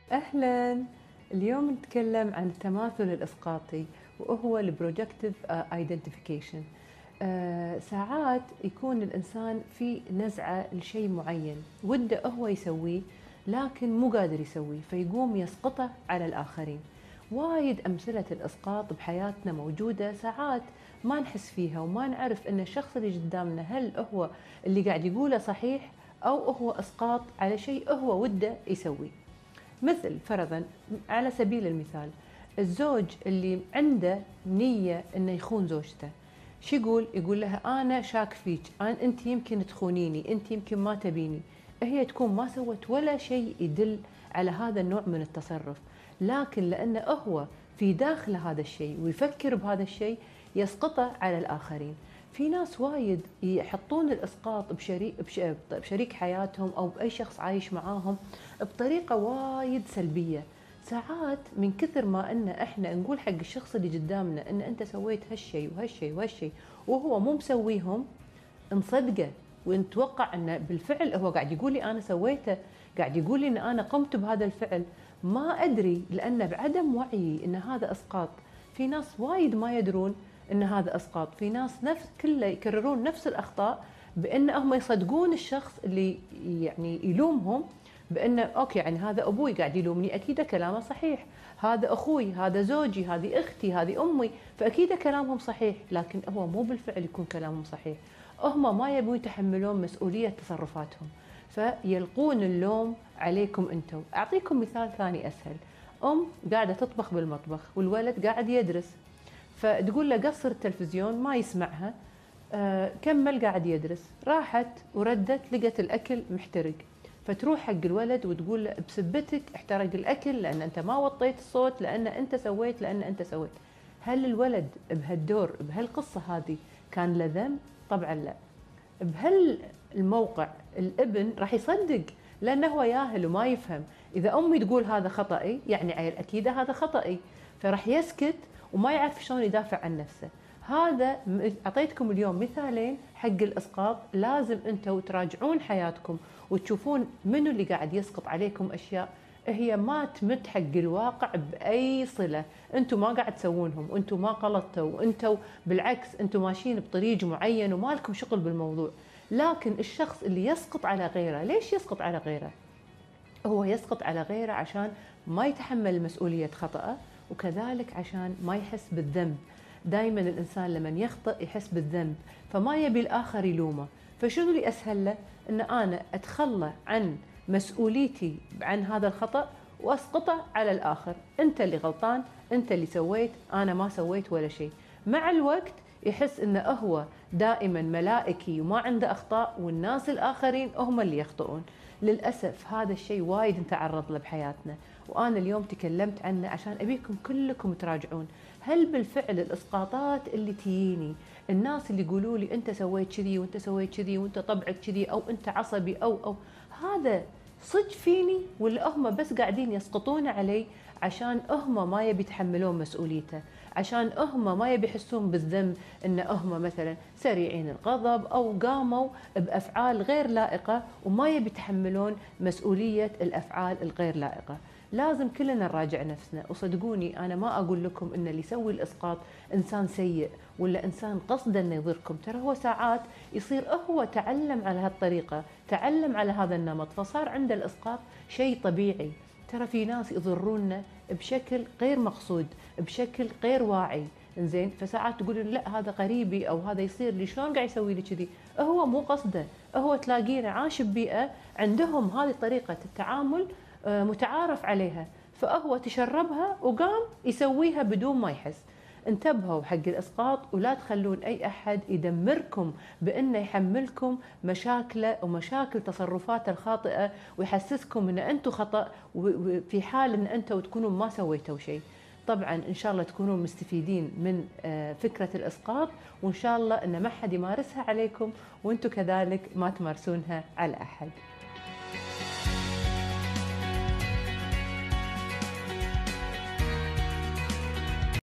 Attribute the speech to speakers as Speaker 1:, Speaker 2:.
Speaker 1: أهلا. اليوم نتكلم عن التماثل الإسقاطي وهو البروجكتيف ايدنتيفيكيشن. ساعات يكون الإنسان في نزعة لشيء معين وده هو يسويه لكن مو قادر يسويه فيقوم يسقطه على الآخرين. وايد أمثلة الإسقاط بحياتنا موجودة، ساعات ما نحس فيها وما نعرف أن الشخص اللي قدامنا هل هو اللي قاعد يقوله صحيح أو هو إسقاط على شيء هو وده يسويه. مثل فرضا على سبيل المثال الزوج اللي عنده نية انه يخون زوجته، شو يقول؟ يقول لها انا شاك فيك، انت يمكن تخونيني، انت يمكن ما تبيني. هي تكون ما سوت ولا شيء يدل على هذا النوع من التصرف، لكن لانه هو في داخل هذا الشيء ويفكر بهذا الشيء يسقطه على الاخرين. في ناس وايد يحطون الاسقاط بشريك حياتهم او باي شخص عايش معاهم بطريقه وايد سلبيه. ساعات من كثر ما ان احنا نقول حق الشخص اللي قدامنا ان انت سويت هالشيء وهالشيء وهالشيء وهو مو مسويهم، نصدقه ونتوقع انه بالفعل هو قاعد يقول لي انا سويته، قاعد يقول لي ان انا قمت بهذا الفعل. ما ادري لان بعدم وعي ان هذا اسقاط. في ناس وايد ما يدرون ان هذا اسقاط، في ناس نفس كله يكررون نفس الاخطاء بان هم يصدقون الشخص اللي يعني يلومهم بانه اوكي يعني هذا ابوي قاعد يلومني اكيد كلامه صحيح، هذا اخوي، هذا زوجي، هذه اختي، هذه امي، فاكيد كلامهم صحيح، لكن هو مو بالفعل يكون كلامهم صحيح. هم ما يبون يتحملون مسؤوليه تصرفاتهم فيلقون اللوم عليكم انتم. اعطيكم مثال ثاني اسهل. قاعده تطبخ بالمطبخ والولد قاعد يدرس، فتقول له قصر التلفزيون ما يسمعها. كمل قاعد يدرس، راحت وردت لقت الاكل محترق، فتروح حق الولد وتقول له بسبتك احترق الاكل لان انت ما وطيت الصوت، لان انت سويت، لان انت سويت. هل الولد بهالدور بهالقصه هذه كان له ذنب؟ طبعا لا. بهالموقع الابن راح يصدق لانه هو ياهل وما يفهم. اذا امي تقول هذا خطأي يعني عيل اكيد هذا خطأي، فراح يسكت وما يعرف شلون يدافع عن نفسه. هذا اعطيتكم اليوم مثالين حق الاسقاط، لازم انتم تراجعون حياتكم وتشوفون منو اللي قاعد يسقط عليكم اشياء هي ما تمت حق الواقع باي صله. انتم ما قاعد تسوونهم، وانتم ما غلطتوا، وانتم بالعكس انتم ماشيين بطريق معين وما لكم شغل بالموضوع. لكن الشخص اللي يسقط على غيره، ليش يسقط على غيره؟ هو يسقط على غيره عشان ما يتحمل مسؤولية خطأه، وكذلك عشان ما يحس بالذنب. دائما الإنسان لما يخطئ يحس بالذنب فما يبي الآخر يلومه. فشنو اللي أسهل له؟ أن أنا أتخلى عن مسؤوليتي عن هذا الخطأ وأسقطه على الآخر. أنت اللي غلطان، أنت اللي سويت، أنا ما سويت ولا شيء. مع الوقت يحس أنه هو دائما ملائكي وما عنده أخطاء، والناس الآخرين هم اللي يخطئون. للأسف هذا الشيء وايد نتعرض له بحياتنا، وأنا اليوم تكلمت عنه عشان أبيكم كلكم تراجعون. هل بالفعل الإسقاطات اللي تجيني، الناس اللي يقولوا لي أنت سويت كذي وأنت سويت كذي وأنت طبعك كذي أو أنت عصبي أو هذا صدق فيني، ولا هم بس قاعدين يسقطون علي عشان هم ما يبي يتحملون مسؤوليته، عشان هم ما يبي يحسون بالذنب ان هم مثلا سريعين الغضب او قاموا بافعال غير لائقه وما يبي يتحملون مسؤوليه الافعال الغير لائقه. لازم كلنا نراجع نفسنا، وصدقوني انا ما اقول لكم ان اللي يسوي الاسقاط انسان سيء ولا انسان قصدا انه يضركم، ترى هو ساعات يصير هو تعلم على هالطريقه، تعلم على هذا النمط فصار عنده الاسقاط شيء طبيعي. ترى في ناس يضروننا بشكل غير مقصود، بشكل غير واعي، انزين، فساعات تقولون لا هذا قريبي او هذا يصير لي، شلون قاعد يسوي لي كذي؟ هو مو قصده، هو تلاقينه عاش ببيئه عندهم هذه طريقه التعامل متعارف عليها، فهو تشربها وقام يسويها بدون ما يحس. انتبهوا حق الاسقاط ولا تخلون اي احد يدمركم بانه يحملكم مشاكله ومشاكل تصرفاته الخاطئه ويحسسكم ان انتم خطا، وفي حال ان انتم تكونوا ما سويتوا شيء. طبعا ان شاء الله تكونوا مستفيدين من فكره الاسقاط، وان شاء الله ان ما حد يمارسها عليكم وانتم كذلك ما تمارسونها على احد.